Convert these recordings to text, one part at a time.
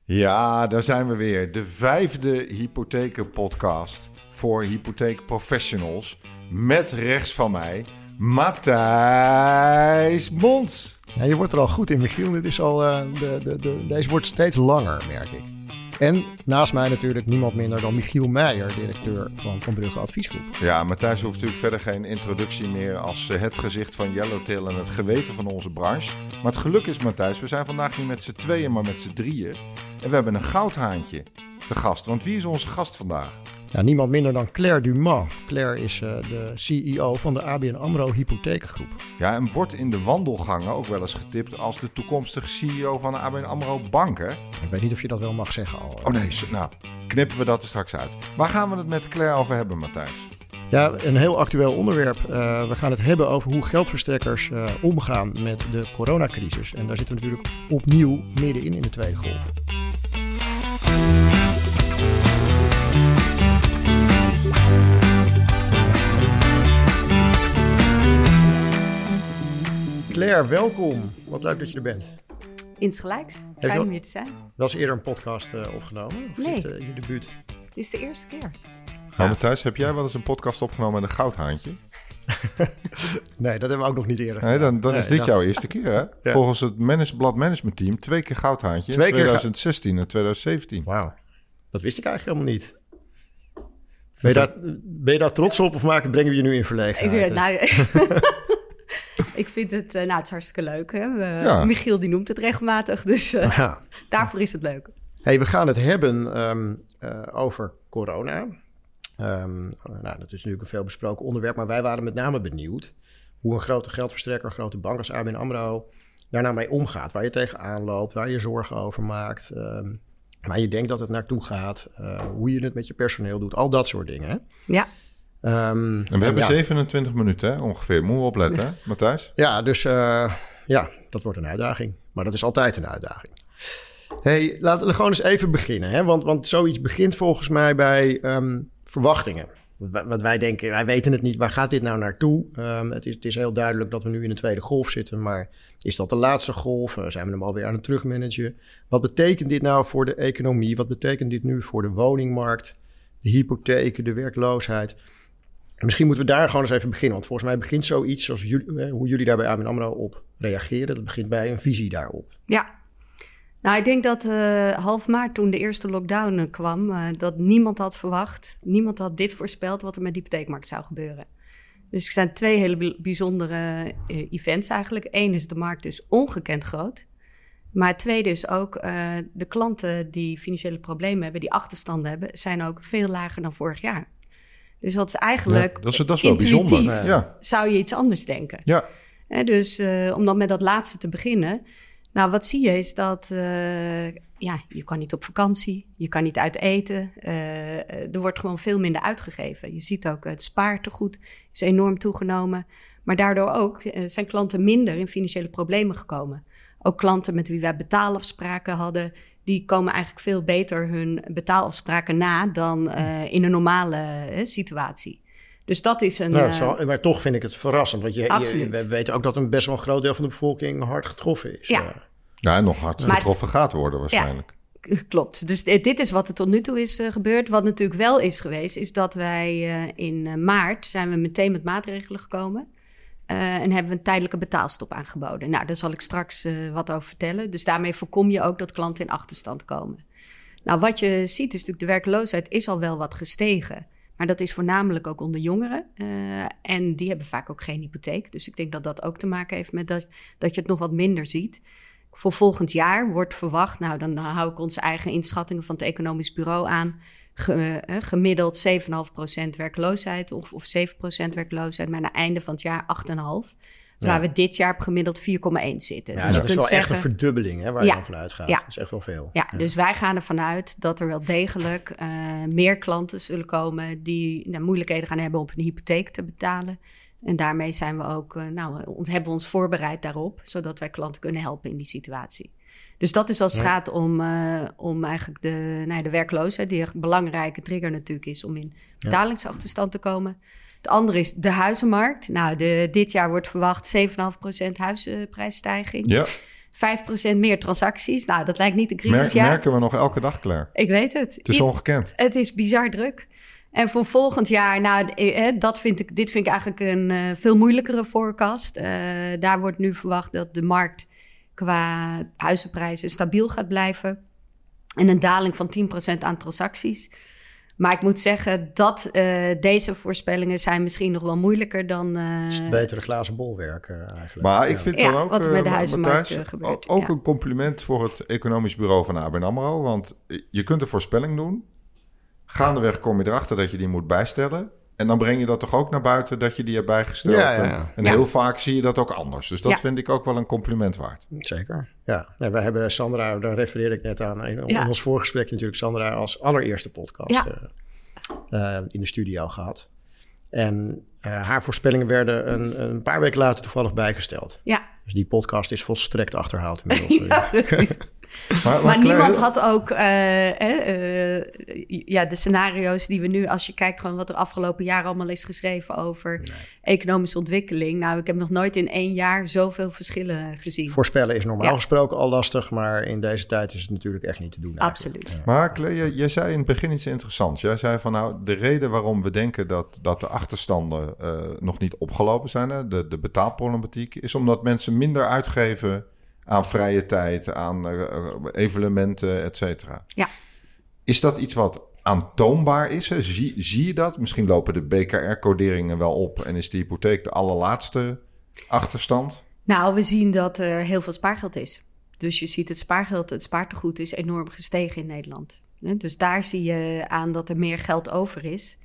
Ja, daar zijn we weer. De 5e hypothekenpodcast voor hypotheekprofessionals. Met rechts van mij Matthijs Mons. Ja, je wordt er al goed in, Michiel. Dit is al, deze wordt steeds langer, merk ik. En naast mij natuurlijk niemand minder dan Michiel Meijer, directeur van Brugge Adviesgroep. Ja, Matthijs hoeft natuurlijk verder geen introductie meer als het gezicht van Yellowtail en het geweten van onze branche. Maar het geluk is, Matthijs, we zijn vandaag niet met z'n tweeën, maar met z'n drieën. En we hebben een goudhaantje te gast. Want wie is onze gast vandaag? Ja, niemand minder dan Claire Dumas. Claire is de CEO van de ABN AMRO Hypotheekgroep. Ja, en wordt in de wandelgangen ook wel eens getipt als de toekomstige CEO van de ABN AMRO Bank, hè? Ik weet niet of je dat wel mag zeggen al. Oh nee, nou, knippen we dat er straks uit. Waar gaan we het met Claire over hebben, Matthijs? Ja, een heel actueel onderwerp. We gaan het hebben over hoe geldverstrekkers omgaan met de coronacrisis. En daar zitten we natuurlijk opnieuw middenin in de tweede golf. Claire, welkom. Wat leuk dat je er bent. Insgelijks. Fijn om hier te zijn. Wel eens eerder een podcast opgenomen? Of nee. Is dit je debuut? Dit is de eerste keer. Nou, Matthijs, heb jij wel eens een podcast opgenomen met een goudhaantje? Nee, dat hebben we ook nog niet eerder. Nee, dan is dit jouw eerste keer, hè? Ja. Volgens het Blad Management Team 2 keer goudhaantje in 2016 en 2017. Wauw, dat wist ik eigenlijk helemaal niet. Ben je daar trots op of brengen we je nu in verlegenheid? Ik vind het, het is hartstikke leuk. Hè? Michiel die noemt het regelmatig, dus daarvoor is het leuk. Hey, we gaan het hebben over corona. Dat is natuurlijk een veelbesproken onderwerp, maar wij waren met name benieuwd hoe een grote geldverstrekker, een grote bank als ABN AMRO daar nou mee omgaat. Waar je tegenaan loopt, waar je zorgen over maakt, waar je denkt dat het naartoe gaat, hoe je het met je personeel doet, al dat soort dingen. Hè? Ja. En we hebben 27 minuten hè, ongeveer. Moeten we opletten, hè, Matthijs? Ja, dus dat wordt een uitdaging. Maar dat is altijd een uitdaging. Hey, laten we gewoon eens even beginnen. Hè? Want zoiets begint volgens mij bij verwachtingen. Wat wij denken, wij weten het niet. Waar gaat dit nou naartoe? Het is heel duidelijk dat we nu in een tweede golf zitten. Maar is dat de laatste golf? Zijn we hem alweer aan het terugmanagen? Wat betekent dit nou voor de economie? Wat betekent dit nu voor de woningmarkt? De hypotheken, de werkloosheid? Misschien moeten we daar gewoon eens even beginnen. Want volgens mij begint zoiets zoals hoe jullie daar bij ABN AMRO op reageren. Dat begint bij een visie daarop. Ja. Nou, ik denk dat half maart toen de eerste lockdown kwam, dat niemand had verwacht, niemand had dit voorspeld wat er met de hypotheekmarkt zou gebeuren. Dus er zijn twee hele bijzondere events eigenlijk. Eén is de markt is ongekend groot. Maar het tweede is ook de klanten die financiële problemen hebben, die achterstanden hebben, zijn ook veel lager dan vorig jaar. Dus dat is eigenlijk dat is wel bijzonder. Ja. Zou je iets anders denken. Ja. Dus om dan met dat laatste te beginnen. Nou, wat zie je is dat je kan niet op vakantie, je kan niet uit eten. Er wordt gewoon veel minder uitgegeven. Je ziet ook het spaartegoed is enorm toegenomen. Maar daardoor ook zijn klanten minder in financiële problemen gekomen. Ook klanten met wie wij betaalafspraken hadden, die komen eigenlijk veel beter hun betaalafspraken na dan in een normale situatie. Dus dat is een... maar toch vind ik het verrassend. Want we weten ook dat een best wel een groot deel van de bevolking hard getroffen is. Ja, en nog hard getroffen gaat worden waarschijnlijk. Ja, klopt. Dus dit is wat er tot nu toe is gebeurd. Wat natuurlijk wel is geweest, is dat wij in maart zijn we meteen met maatregelen gekomen. En hebben we een tijdelijke betaalstop aangeboden. Nou, daar zal ik straks wat over vertellen. Dus daarmee voorkom je ook dat klanten in achterstand komen. Nou, wat je ziet is natuurlijk de werkloosheid is al wel wat gestegen. Maar dat is voornamelijk ook onder jongeren. En die hebben vaak ook geen hypotheek. Dus ik denk dat dat ook te maken heeft met dat je het nog wat minder ziet. Voor volgend jaar wordt verwacht, nou dan hou ik onze eigen inschattingen van het Economisch Bureau aan. Gemiddeld 7,5% werkloosheid of 7% werkloosheid. Maar aan het einde van het jaar 8,5%. Waar we dit jaar op gemiddeld 4,1 zitten. Ja, dus dat is wel echt een verdubbeling hè, waar je dan vanuit gaat. Ja. Dat is echt wel veel. Ja, dus wij gaan ervan uit dat er wel degelijk meer klanten zullen komen die moeilijkheden gaan hebben om hun hypotheek te betalen. En daarmee zijn we ook, hebben we ons voorbereid daarop, zodat wij klanten kunnen helpen in die situatie. Dus dat is als het gaat om eigenlijk de werkloosheid, die een belangrijke trigger natuurlijk is om in betalingsachterstand te komen. Het andere is de huizenmarkt. Nou, dit jaar wordt verwacht 7,5% huizenprijsstijging. Ja. 5% meer transacties. Nou, dat lijkt niet een crisisjaar. Merken we nog elke dag, Claire. Ik weet het. Het is ongekend. Het is bizar druk. En voor volgend jaar, dit vind ik eigenlijk een veel moeilijkere forecast. Daar wordt nu verwacht dat de markt qua huizenprijzen stabiel gaat blijven. En een daling van 10% aan transacties. Maar ik moet zeggen dat deze voorspellingen zijn misschien nog wel moeilijker dan... Het is een betere glazen bolwerk eigenlijk. Maar ik vind dan ook, wat er met de huizenmarkt Matthijs, gebeurt. ook een compliment voor het economisch bureau van ABN AMRO. Want je kunt een voorspelling doen. Gaandeweg kom je erachter dat je die moet bijstellen. En dan breng je dat toch ook naar buiten dat je die hebt bijgesteld. Ja. En heel vaak zie je dat ook anders. Dus dat vind ik ook wel een compliment waard. Zeker, ja. Nee, we hebben Sandra, daar refereerde ik net aan... in ons voorgesprek natuurlijk Sandra als allereerste podcast in de studio gehad. En haar voorspellingen werden een paar weken later toevallig bijgesteld. Ja. Dus die podcast is volstrekt achterhaald inmiddels. Ja, precies. Maar niemand had ook de scenario's die we nu... als je kijkt gewoon wat er afgelopen jaar allemaal is geschreven... over economische ontwikkeling. Nou, ik heb nog nooit in 1 jaar zoveel verschillen gezien. Voorspellen is normaal gesproken al lastig... maar in deze tijd is het natuurlijk echt niet te doen. Absoluut. Ja. Maar Claire, jij zei in het begin iets interessants. Jij zei van nou, de reden waarom we denken dat de achterstanden... nog niet opgelopen zijn, de betaalproblematiek... is omdat mensen minder uitgeven... aan vrije tijd, aan evenementen, et cetera. Ja. Is dat iets wat aantoonbaar is? Hè? Zie je dat? Misschien lopen de BKR-coderingen wel op... en is de hypotheek de allerlaatste achterstand? Nou, we zien dat er heel veel spaargeld is. Dus je ziet het spaargeld, het spaartegoed is enorm gestegen in Nederland. Dus daar zie je aan dat er meer geld over is...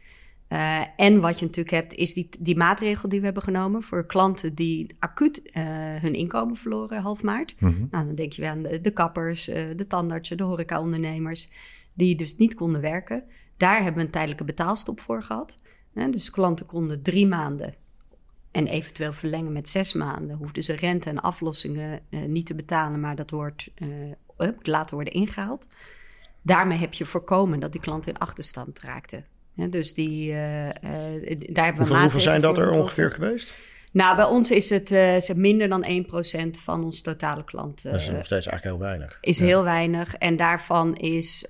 En wat je natuurlijk hebt, is die maatregel die we hebben genomen... voor klanten die acuut hun inkomen verloren half maart. Mm-hmm. Nou, dan denk je weer aan de kappers, de tandartsen, de horecaondernemers... die dus niet konden werken. Daar hebben we een tijdelijke betaalstop voor gehad. Dus klanten konden 3 maanden en eventueel verlengen met 6 maanden... hoefden ze rente en aflossingen niet te betalen... maar dat wordt later worden ingehaald. Daarmee heb je voorkomen dat die klanten in achterstand raakten... Ja, dus daar hebben we hoeveel zijn dat er ongeveer geweest? Nou, bij ons is het minder dan 1% van ons totale klanten. Dat is nog steeds eigenlijk heel weinig. Is heel weinig. En daarvan is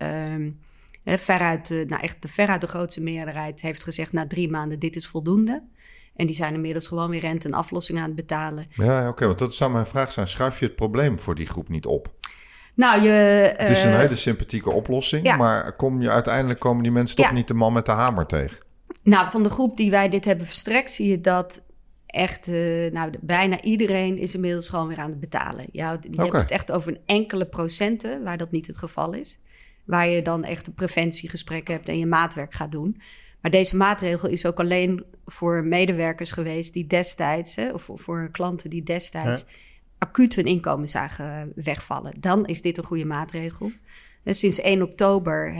veruit de grootste meerderheid heeft gezegd... na 3 maanden, dit is voldoende. En die zijn inmiddels gewoon weer rente en aflossing aan het betalen. Ja, oké, want dat zou mijn vraag zijn. Schuif je het probleem voor die groep niet op? Nou, het is een hele sympathieke oplossing, maar uiteindelijk komen die mensen toch niet de man met de hamer tegen? Nou, van de groep die wij dit hebben verstrekt, zie je dat echt bijna iedereen is inmiddels gewoon weer aan het betalen. Je hebt het echt over een enkele procenten waar dat niet het geval is. Waar je dan echt een preventiegesprek hebt en je maatwerk gaat doen. Maar deze maatregel is ook alleen voor medewerkers geweest die destijds, of voor klanten die destijds... acuut hun inkomen zagen wegvallen. Dan is dit een goede maatregel. En sinds 1 oktober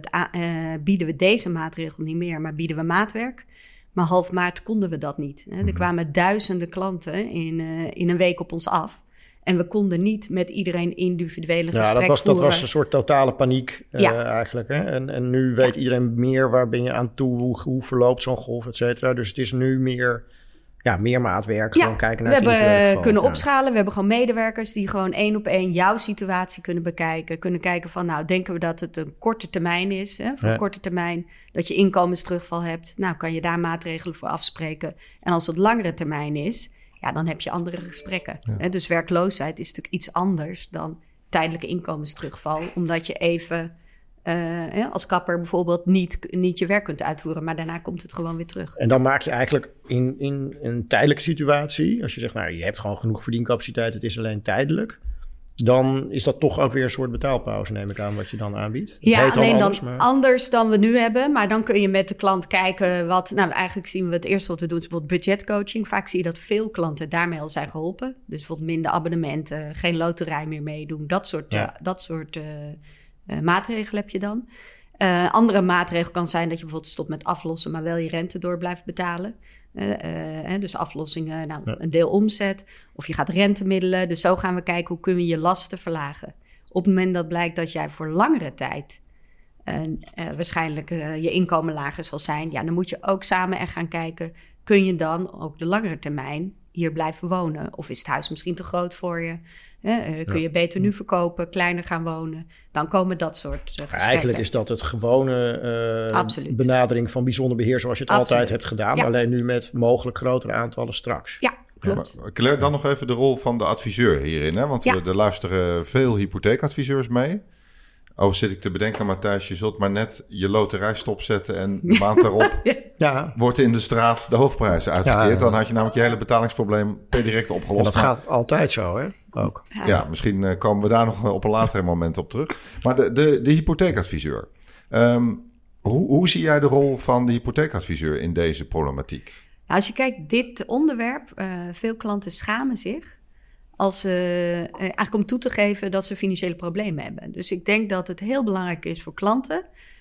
bieden we deze maatregel niet meer... maar bieden we maatwerk. Maar half maart konden we dat niet. Er kwamen duizenden klanten in een week op ons af... en we konden niet met iedereen individuele gesprek voeren. Dat was een soort totale paniek eigenlijk. Hè? En nu weet iedereen meer waar ben je aan toe... hoe verloopt zo'n golf, et cetera. Dus het is nu meer maatwerk. Gewoon kijken naar we hebben kunnen opschalen. We hebben gewoon medewerkers die gewoon 1-op-1 jouw situatie kunnen bekijken. Kunnen kijken van, nou, denken we dat het een korte termijn is. Hè? Voor een korte termijn dat je inkomensterugval hebt. Nou, kan je daar maatregelen voor afspreken. En als het langere termijn is, dan heb je andere gesprekken. Ja. Dus werkloosheid is natuurlijk iets anders dan tijdelijke inkomensterugval. Omdat je even... als kapper bijvoorbeeld niet je werk kunt uitvoeren... maar daarna komt het gewoon weer terug. En dan maak je eigenlijk in een tijdelijke situatie... als je zegt, nou, je hebt gewoon genoeg verdiencapaciteit... het is alleen tijdelijk... dan is dat toch ook weer een soort betaalpauze, neem ik aan... wat je dan aanbiedt. Ja, alleen dan anders dan we nu hebben. Maar dan kun je met de klant kijken wat... Nou, eigenlijk zien we het eerste wat we doen... is bijvoorbeeld budgetcoaching. Vaak zie je dat veel klanten daarmee al zijn geholpen. Dus bijvoorbeeld minder abonnementen... geen loterij meer meedoen. Dat soort maatregelen heb je dan. Andere maatregel kan zijn dat je bijvoorbeeld stopt met aflossen... maar wel je rente door blijft betalen. Dus aflossingen, een deel omzet. Of je gaat rentemiddelen. Dus zo gaan we kijken hoe kunnen we je lasten verlagen. Op het moment dat blijkt dat jij voor langere tijd... waarschijnlijk je inkomen lager zal zijn... dan moet je ook samen echt gaan kijken... kun je dan ook de langere termijn hier blijven wonen? Of is het huis misschien te groot voor je? Kun je beter nu verkopen, kleiner gaan wonen? Dan komen dat soort gesprekken. Eigenlijk is dat het gewone benadering van bijzonder beheer zoals je het altijd hebt gedaan. Alleen nu met mogelijk grotere aantallen straks. Ja, klopt. Ja, Claire, dan nog even de rol van de adviseur hierin. Hè? Want er luisteren veel hypotheekadviseurs mee. Zit ik te bedenken, Matthijs, je zult maar net je loterij stopzetten en de maand daarop wordt in de straat de hoofdprijs uitgekeerd. Ja. Dan had je namelijk je hele betalingsprobleem per direct opgelost. En dat gaat altijd zo, hè? Ook. Ja, misschien komen we daar nog op een later moment op terug. Maar de hypotheekadviseur. Hoe zie jij de rol van de hypotheekadviseur in deze problematiek? Nou, als je kijkt, dit onderwerp, veel klanten schamen zich als eigenlijk om toe te geven dat ze financiële problemen hebben. Dus ik denk dat het heel belangrijk is voor klanten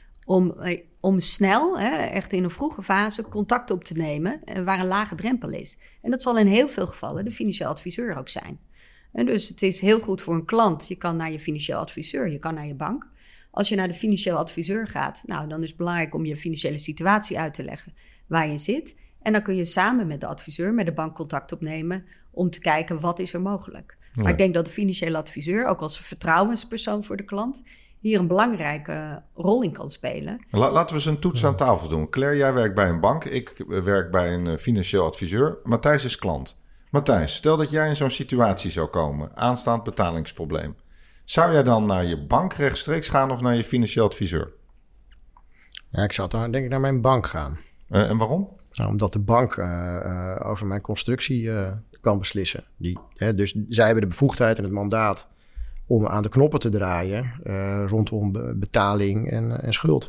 om snel, echt in een vroege fase, contact op te nemen waar een lage drempel is. En dat zal in heel veel gevallen de financieel adviseur ook zijn. En dus het is heel goed voor een klant. Je kan naar je financieel adviseur, je kan naar je bank. Als je naar de financieel adviseur gaat, nou, dan is het belangrijk om je financiële situatie uit te leggen waar je zit. En dan kun je samen met de adviseur, met de bank contact opnemen om te kijken wat is er mogelijk. Ja. Maar ik denk dat de financiële adviseur, ook als vertrouwenspersoon voor de klant, hier een belangrijke rol in kan spelen. Laten we eens een toets aan tafel doen. Claire, jij werkt bij een bank. Ik werk bij een financieel adviseur. Matthijs is klant. Matthijs, stel dat jij in zo'n situatie zou komen. Aanstaand betalingsprobleem. Zou jij dan naar je bank rechtstreeks gaan of naar je financieel adviseur? Ja, ik zou dan denk ik naar mijn bank gaan. En waarom? Nou, omdat de bank over mijn constructie kan beslissen. Dus zij hebben de bevoegdheid en het mandaat om aan de knoppen te draaien rondom betaling en schuld.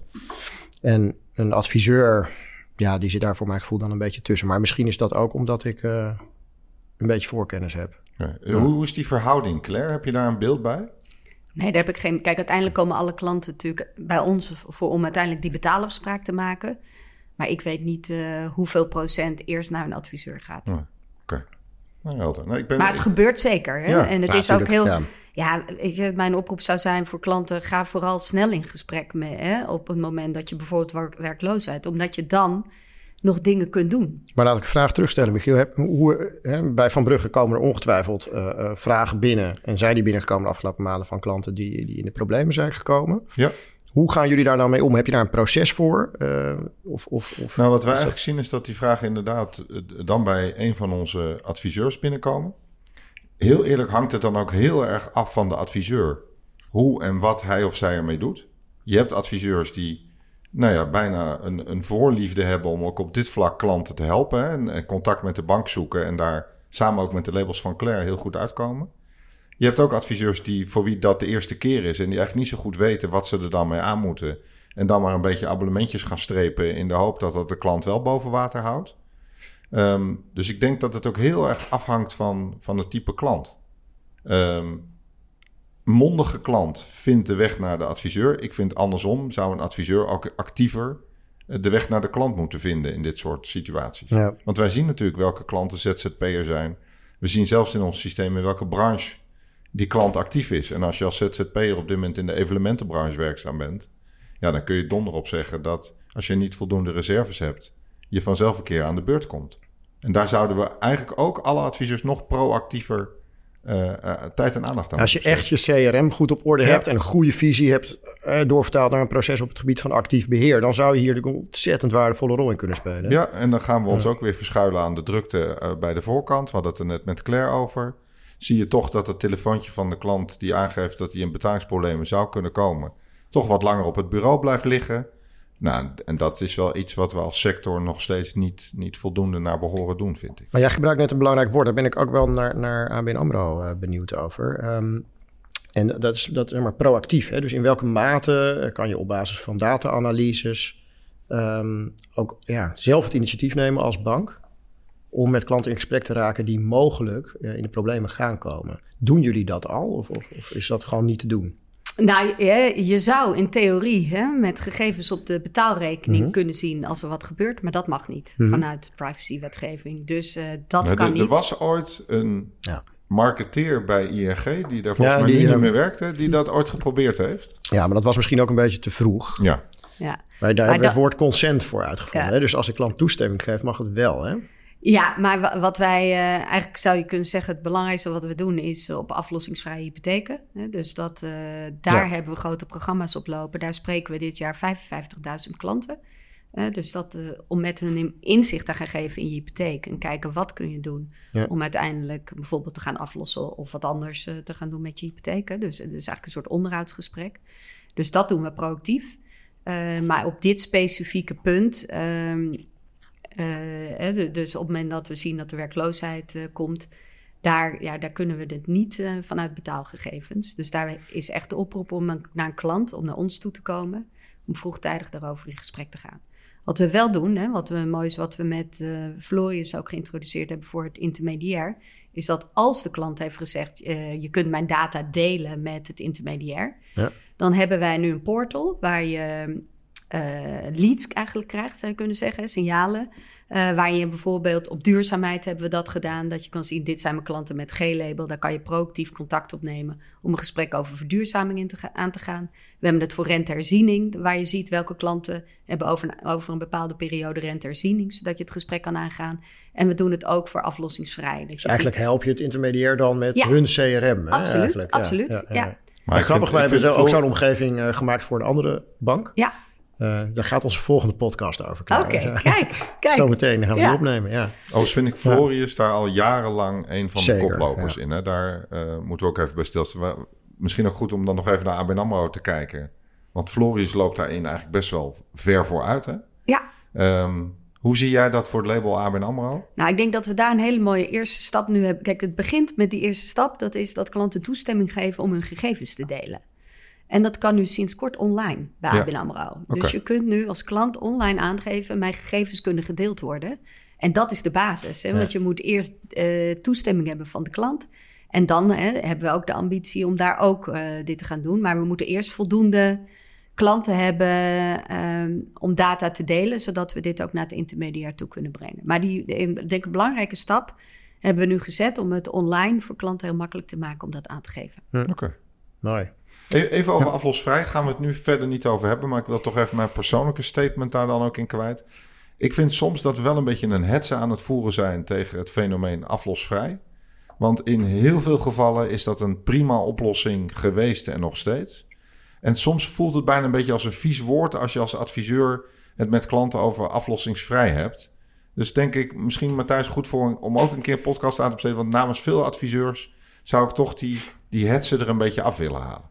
En een adviseur, die zit daar voor mijn gevoel dan een beetje tussen. Maar misschien is dat ook omdat ik een beetje voorkennis heb. Ja. Hoe is die verhouding, Claire? Heb je daar een beeld bij? Nee, daar heb ik geen. Kijk, uiteindelijk komen alle klanten natuurlijk bij ons om uiteindelijk die betaalafspraak te maken. Maar ik weet niet hoeveel procent eerst naar een adviseur gaat. Oké. Nou, helder. Nou, maar het gebeurt zeker. Hè? Ja, en het is ook heel... Ja, weet je, mijn oproep zou zijn voor klanten, ga vooral snel in gesprek op het moment dat je bijvoorbeeld werkloos bent. Omdat je dan nog dingen kunt doen. Maar laat ik een vraag terugstellen, Michiel. Bij Van Brugge komen er ongetwijfeld vragen binnen. En zijn die binnengekomen de afgelopen maanden van klanten die in de problemen zijn gekomen? Ja. Hoe gaan jullie daar nou mee om? Heb je daar een proces voor? Nou, wat wij eigenlijk zien is dat die vragen inderdaad dan bij een van onze adviseurs binnenkomen. Heel eerlijk hangt het dan ook heel erg af van de adviseur. Hoe en wat hij of zij ermee doet. Je hebt adviseurs die bijna een voorliefde hebben om ook op dit vlak klanten te helpen. Hè, en contact met de bank zoeken en daar samen ook met de labels van Claire heel goed uitkomen. Je hebt ook adviseurs voor wie dat de eerste keer is en die eigenlijk niet zo goed weten wat ze er dan mee aan moeten. En dan maar een beetje abonnementjes gaan strepen in de hoop dat de klant wel boven water houdt. Dus ik denk dat het ook heel erg afhangt van het type klant. Mondige klant vindt de weg naar de adviseur. Ik vind andersom zou een adviseur ook actiever de weg naar de klant moeten vinden in dit soort situaties. Ja. Want wij zien natuurlijk welke klanten ZZP'er zijn. We zien zelfs in ons systeem in welke branche die klant actief is. En als je als ZZP'er op dit moment in de evenementenbranche werkzaam bent, dan kun je donder op zeggen dat als je niet voldoende reserves hebt, je vanzelf een keer aan de beurt komt. En daar zouden we eigenlijk ook alle adviseurs nog proactiever tijd en aandacht aan. Als je echt je CRM goed op orde hebt en een goede visie hebt doorvertaald naar een proces op het gebied van actief beheer, dan zou je hier een ontzettend waardevolle rol in kunnen spelen. Ja, en dan gaan we ons ook weer verschuilen aan de drukte bij de voorkant. We hadden het er net met Claire over. Zie je toch dat het telefoontje van de klant die aangeeft dat hij in betalingsproblemen zou kunnen komen, toch wat langer op het bureau blijft liggen. Nou, en dat is wel iets wat we als sector nog steeds niet voldoende naar behoren doen, vind ik. Maar jij gebruikt net een belangrijk woord. Daar ben ik ook wel naar ABN AMRO benieuwd over. En dat is maar proactief. Hè? Dus in welke mate kan je op basis van data-analyses ook zelf het initiatief nemen als bank om met klanten in gesprek te raken die mogelijk in de problemen gaan komen? Doen jullie dat al of is dat gewoon niet te doen? Nou, je zou in theorie met gegevens op de betaalrekening kunnen zien als er wat gebeurt, maar dat mag niet vanuit privacywetgeving. Dus dat kan niet. Er was ooit een marketeer bij ING die daar volgens mij niet meer werkte, die dat ooit geprobeerd heeft. Ja, maar dat was misschien ook een beetje te vroeg. Ja. Maar daar hebben we het woord consent voor uitgevonden. Ja. Dus als de klant toestemming geeft, mag het wel, hè? Ja, maar wat wij eigenlijk zou je kunnen zeggen... het belangrijkste wat we doen is op aflossingsvrije hypotheken. Dus daar hebben we grote programma's op lopen. Daar spreken we dit jaar 55.000 klanten. Dus om met hun inzicht te gaan geven in je hypotheek... en kijken wat kun je doen om uiteindelijk bijvoorbeeld te gaan aflossen... of wat anders te gaan doen met je hypotheek. Dus eigenlijk een soort onderhoudsgesprek. Dus dat doen we proactief. Maar op dit specifieke punt... dus op het moment dat we zien dat de werkloosheid komt... Daar kunnen we het niet vanuit betaalgegevens. Dus daar is echt de oproep om naar een klant, om naar ons toe te komen... om vroegtijdig daarover in gesprek te gaan. Wat we wel doen, wat we met Florius ook geïntroduceerd hebben voor het intermediair... is dat als de klant heeft gezegd... je kunt mijn data delen met het intermediair... dan hebben wij nu een portal waar je... leads eigenlijk krijgt, zou je kunnen zeggen, signalen. Waar je bijvoorbeeld op duurzaamheid hebben we dat gedaan. Dat je kan zien, dit zijn mijn klanten met G-label. Daar kan je proactief contact opnemen om een gesprek over verduurzaming aan te gaan. We hebben het voor renteherziening, waar je ziet welke klanten hebben over een bepaalde periode renteherziening, zodat je het gesprek kan aangaan. En we doen het ook voor aflossingsvrij. Dus eigenlijk help je het intermediair dan met hun CRM. Absoluut, absoluut. Ja. Maar grappig, wij hebben ook zo'n omgeving gemaakt voor een andere bank. Ja. Daar gaat onze volgende podcast over. Oké, kijk. Zometeen gaan we die opnemen, ja. Overigens vind ik Florius daar al jarenlang een van de koplopers in. Hè? Daar moeten we ook even bij stilstaan. Misschien ook goed om dan nog even naar ABN AMRO te kijken. Want Florius loopt daarin eigenlijk best wel ver vooruit, hè? Ja. Hoe zie jij dat voor het label ABN AMRO? Nou, ik denk dat we daar een hele mooie eerste stap nu hebben. Kijk, het begint met die eerste stap. Dat is dat klanten toestemming geven om hun gegevens te delen. En dat kan nu sinds kort online bij ABN AMRO. Dus je kunt nu als klant online aangeven... mijn gegevens kunnen gedeeld worden. En dat is de basis. Hè? Want je moet eerst toestemming hebben van de klant. En dan hebben we ook de ambitie om daar ook dit te gaan doen. Maar we moeten eerst voldoende klanten hebben om data te delen... zodat we dit ook naar het intermediair toe kunnen brengen. Maar ik denk een belangrijke stap hebben we nu gezet... om het online voor klanten heel makkelijk te maken om dat aan te geven. Oké. Mooi. Even over aflosvrij gaan we het nu verder niet over hebben... maar ik wil toch even mijn persoonlijke statement daar dan ook in kwijt. Ik vind soms dat we wel een beetje een hetze aan het voeren zijn... tegen het fenomeen aflosvrij. Want in heel veel gevallen is dat een prima oplossing geweest en nog steeds. En soms voelt het bijna een beetje als een vies woord... als je als adviseur het met klanten over aflossingsvrij hebt. Dus denk ik misschien, Matthijs, goed voor om ook een keer een podcast aan te besteden... want namens veel adviseurs zou ik toch die hetze er een beetje af willen halen.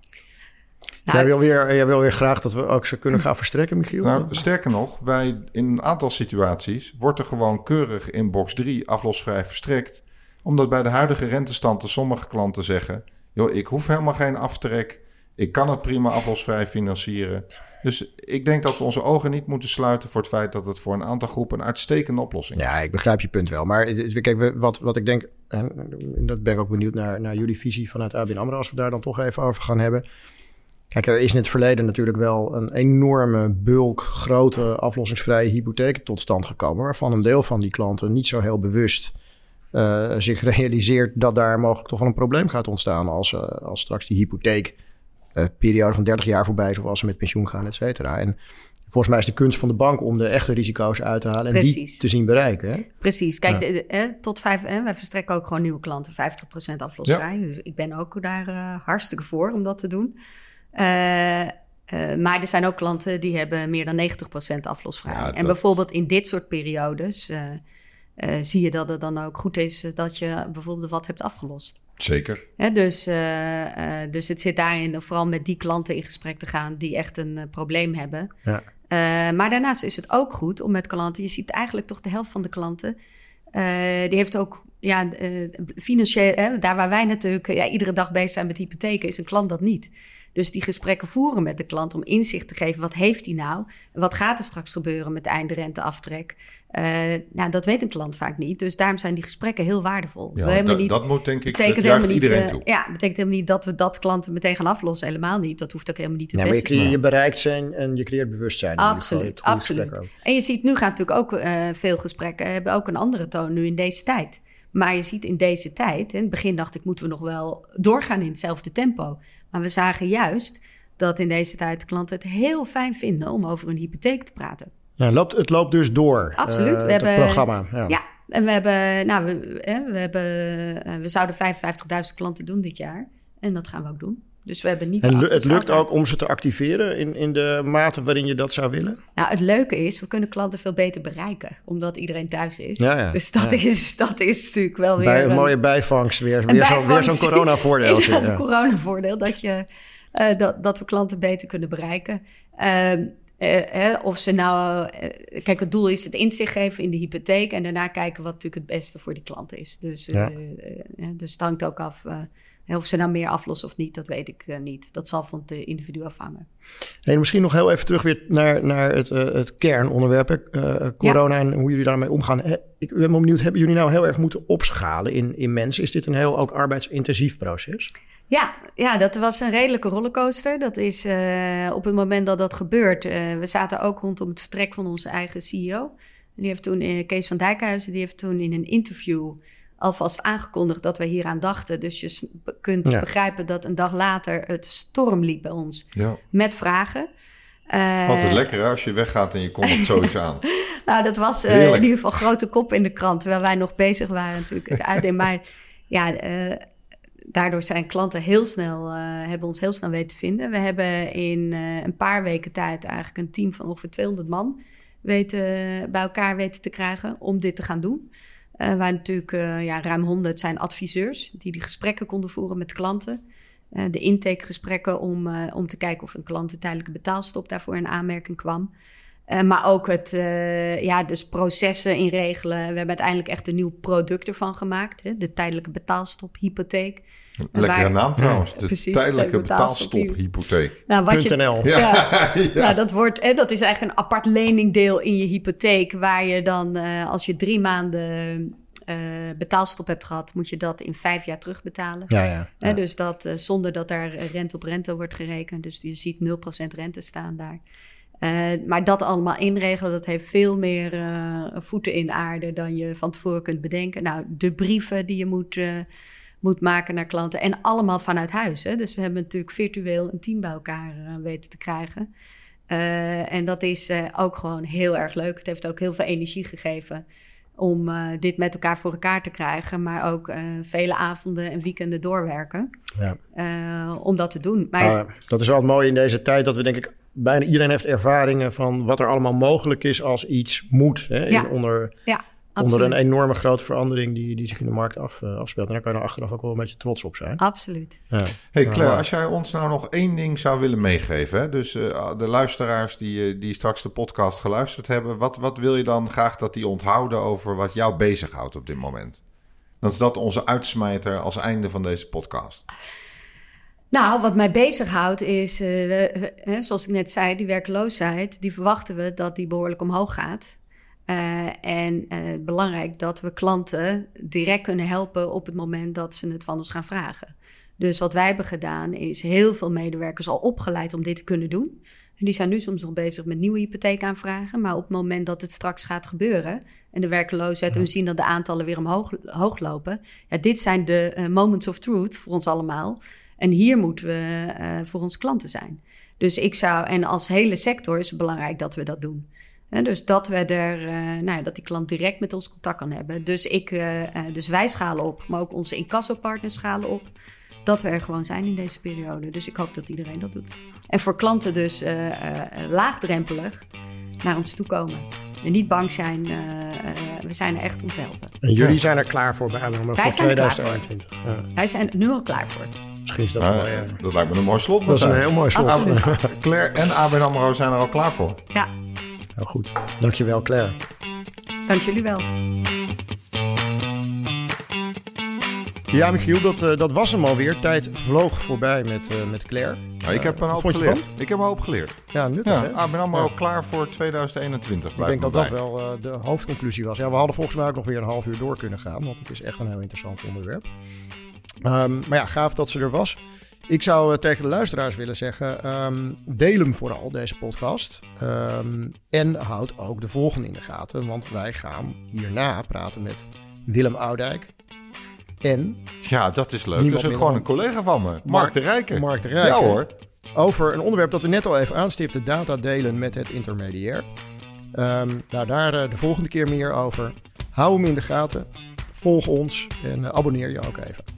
Nou, jij wil weer graag dat we ook ze kunnen gaan verstrekken, Michiel? Nou, sterker nog, in een aantal situaties wordt er gewoon keurig in box 3 aflosvrij verstrekt. Omdat bij de huidige rentestanden sommige klanten zeggen... joh, ik hoef helemaal geen aftrek. Ik kan het prima aflosvrij financieren. Dus ik denk dat we onze ogen niet moeten sluiten voor het feit... dat het voor een aantal groepen een uitstekende oplossing is. Ja, ik begrijp je punt wel. Maar kijk, wat ik denk... en dat ben ik ook benieuwd naar jullie visie vanuit ABN AMRO... als we daar dan toch even over gaan hebben... Kijk, er is in het verleden natuurlijk wel een enorme bulk grote aflossingsvrije hypotheken tot stand gekomen... waarvan een deel van die klanten niet zo heel bewust zich realiseert... dat daar mogelijk toch wel een probleem gaat ontstaan... als straks die hypotheekperiode van 30 jaar voorbij is... of als ze met pensioen gaan, et cetera. En volgens mij is de kunst van de bank om de echte risico's uit te halen... en die te zien bereiken. Hè? Precies. Kijk, tot 5... wij verstrekken ook gewoon nieuwe klanten 50% aflosvrij. Ja. Dus ik ben ook daar hartstikke voor om dat te doen... maar er zijn ook klanten die hebben meer dan 90% aflosvrij. Ja, en bijvoorbeeld in dit soort periodes zie je dat het dan ook goed is... dat je bijvoorbeeld wat hebt afgelost. Zeker. Dus het zit daarin vooral met die klanten in gesprek te gaan... die echt een probleem hebben. Ja. Maar daarnaast is het ook goed om met klanten... je ziet eigenlijk toch de helft van de klanten... die heeft ook financieel... daar waar wij natuurlijk iedere dag bezig zijn met hypotheken... is een klant dat niet. Dus die gesprekken voeren met de klant om inzicht te geven... wat heeft hij nou? Wat gaat er straks gebeuren met de einderenteaftrek? Dat weet een klant vaak niet. Dus daarom zijn die gesprekken heel waardevol. Ja, dat moet denk ik, dat juicht iedereen toe. Ja, betekent helemaal niet dat we dat klanten meteen gaan aflossen. Helemaal niet. Dat hoeft ook helemaal niet te beste. Maar je bereikt zijn en je creëert bewustzijn. Absoluut. En je ziet, nu gaan natuurlijk ook veel gesprekken... hebben ook een andere toon nu in deze tijd. Maar je ziet in deze tijd... in het begin dacht ik, moeten we nog wel doorgaan in hetzelfde tempo... Maar we zagen juist dat in deze tijd de klanten het heel fijn vinden... om over een hypotheek te praten. Ja, het loopt dus door. Absoluut. Het programma. Ja, en we hebben, we zouden 55.000 klanten doen dit jaar. En dat gaan we ook doen. Dus we hebben niet. En het lukt ook om ze te activeren in de mate waarin je dat zou willen? Nou, het leuke is, we kunnen klanten veel beter bereiken, omdat iedereen thuis is. Ja. Dus dat is natuurlijk wel weer een mooie bijvangst, weer zo'n coronavoordeel. Een coronavoordeel, dat we klanten beter kunnen bereiken. Of ze nou... kijk, het doel is het inzicht geven in de hypotheek en daarna kijken wat natuurlijk het beste voor die klant is. Dus het hangt ook af... of ze nou meer aflossen of niet, dat weet ik niet. Dat zal van het individu afhangen. En misschien nog heel even terug weer naar het kernonderwerp, corona en hoe jullie daarmee omgaan. Ik ben wel benieuwd, hebben jullie nou heel erg moeten opschalen in mensen? Is dit een heel ook arbeidsintensief proces? Ja, dat was een redelijke rollercoaster. Dat is op het moment dat dat gebeurt. We zaten ook rondom het vertrek van onze eigen CEO. Die heeft toen, Kees van Dijkhuizen, die heeft toen in een interview alvast aangekondigd dat we hieraan dachten. Dus je kunt begrijpen dat een dag later het storm liep bij ons. Ja. Met vragen. Altijd lekker als je weggaat en je kondigt zoiets aan. Nou, dat was in ieder geval grote kop in de krant. Terwijl wij nog bezig waren natuurlijk het uitdelen. Maar daardoor zijn klanten hebben ons heel snel weten vinden. We hebben in een paar weken tijd eigenlijk een team van ongeveer 200 man bij elkaar weten te krijgen om dit te gaan doen. Waar natuurlijk ruim 100 zijn adviseurs die gesprekken konden voeren met klanten. De intakegesprekken om te kijken of een klant een tijdelijke betaalstop daarvoor in aanmerking kwam. Maar ook dus processen inregelen. We hebben uiteindelijk echt een nieuw product ervan gemaakt. Hè? De tijdelijke betaalstop-hypotheek. Lekkere naam trouwens. De tijdelijke betaalstop-hypotheek. .nl. Dat is eigenlijk een apart leningdeel in je hypotheek. Waar je dan, als je 3 maanden betaalstop hebt gehad, moet je dat in 5 jaar terugbetalen. Ja. Dus dat zonder dat daar rente op rente wordt gerekend. Dus je ziet 0% rente staan daar. Maar dat allemaal inregelen, dat heeft veel meer voeten in aarde dan je van tevoren kunt bedenken. Nou, de brieven die je moet maken naar klanten en allemaal vanuit huis. Hè? Dus we hebben natuurlijk virtueel een team bij elkaar weten te krijgen. En dat is ook gewoon heel erg leuk. Het heeft ook heel veel energie gegeven om dit met elkaar voor elkaar te krijgen. Maar ook vele avonden en weekenden doorwerken om dat te doen. Maar dat is wel het mooie in deze tijd dat we denk ik bijna iedereen heeft ervaringen van wat er allemaal mogelijk is als iets moet. Hè? Onder een enorme grote verandering die zich in de markt afspeelt. En daar kan je achteraf ook wel een beetje trots op zijn. Absoluut. Ja. Hey Claire, als jij ons nou nog 1 ding zou willen meegeven. Hè? Dus de luisteraars die straks de podcast geluisterd hebben. Wat wil je dan graag dat die onthouden over wat jou bezighoudt op dit moment? Dan is dat onze uitsmijter als einde van deze podcast. Nou, wat mij bezighoudt is, zoals ik net zei, die werkloosheid, die verwachten we dat die behoorlijk omhoog gaat. En belangrijk dat we klanten direct kunnen helpen op het moment dat ze het van ons gaan vragen. Dus wat wij hebben gedaan is heel veel medewerkers al opgeleid om dit te kunnen doen. En die zijn nu soms nog bezig met nieuwe hypotheekaanvragen. Maar op het moment dat het straks gaat gebeuren en de werkloosheid en we zien dat de aantallen weer omhoog lopen. Ja, dit zijn de moments of truth voor ons allemaal. En hier moeten we voor onze klanten zijn. Dus en als hele sector is het belangrijk dat we dat doen. Dus dat we dat die klant direct met ons contact kan hebben. Dus wij schalen op, maar ook onze incassopartners schalen op. Dat we er gewoon zijn in deze periode. Dus ik hoop dat iedereen dat doet. En voor klanten dus laagdrempelig naar ons toe komen. En niet bang zijn. We zijn er echt om te helpen. En jullie zijn er klaar voor bij ABN voor 2021. Wij zijn er nu al klaar voor. Misschien is dat mooi. Dat lijkt me een mooi slot. Dat is een heel mooi slot. Claire en ABN AMRO zijn er al klaar voor. Ja. Heel goed. Dankjewel, Claire. Dank jullie wel. Ja, Michiel, dat was hem alweer. Tijd vloog voorbij met Claire. Ik heb een hoop geleerd. Ja, nuttig hè? ABN AMRO klaar voor 2021. Ik denk dat dat wel de hoofdconclusie was. Ja, we hadden volgens mij ook nog weer een half uur door kunnen gaan. Want het is echt een heel interessant onderwerp. Maar ja, gaaf dat ze er was. Ik zou tegen de luisteraars willen zeggen, deel hem vooral, deze podcast. En houd ook de volgende in de gaten. Want wij gaan hierna praten met Willem Oudijk. En... Ja, dat is leuk. Dat is gewoon een collega van me. Mark de Rijken. Mark de Rijken. Ja hoor. Over een onderwerp dat we net al even aanstipten. Data delen met het intermediair. Daar de volgende keer meer over. Hou hem in de gaten. Volg ons en abonneer je ook even.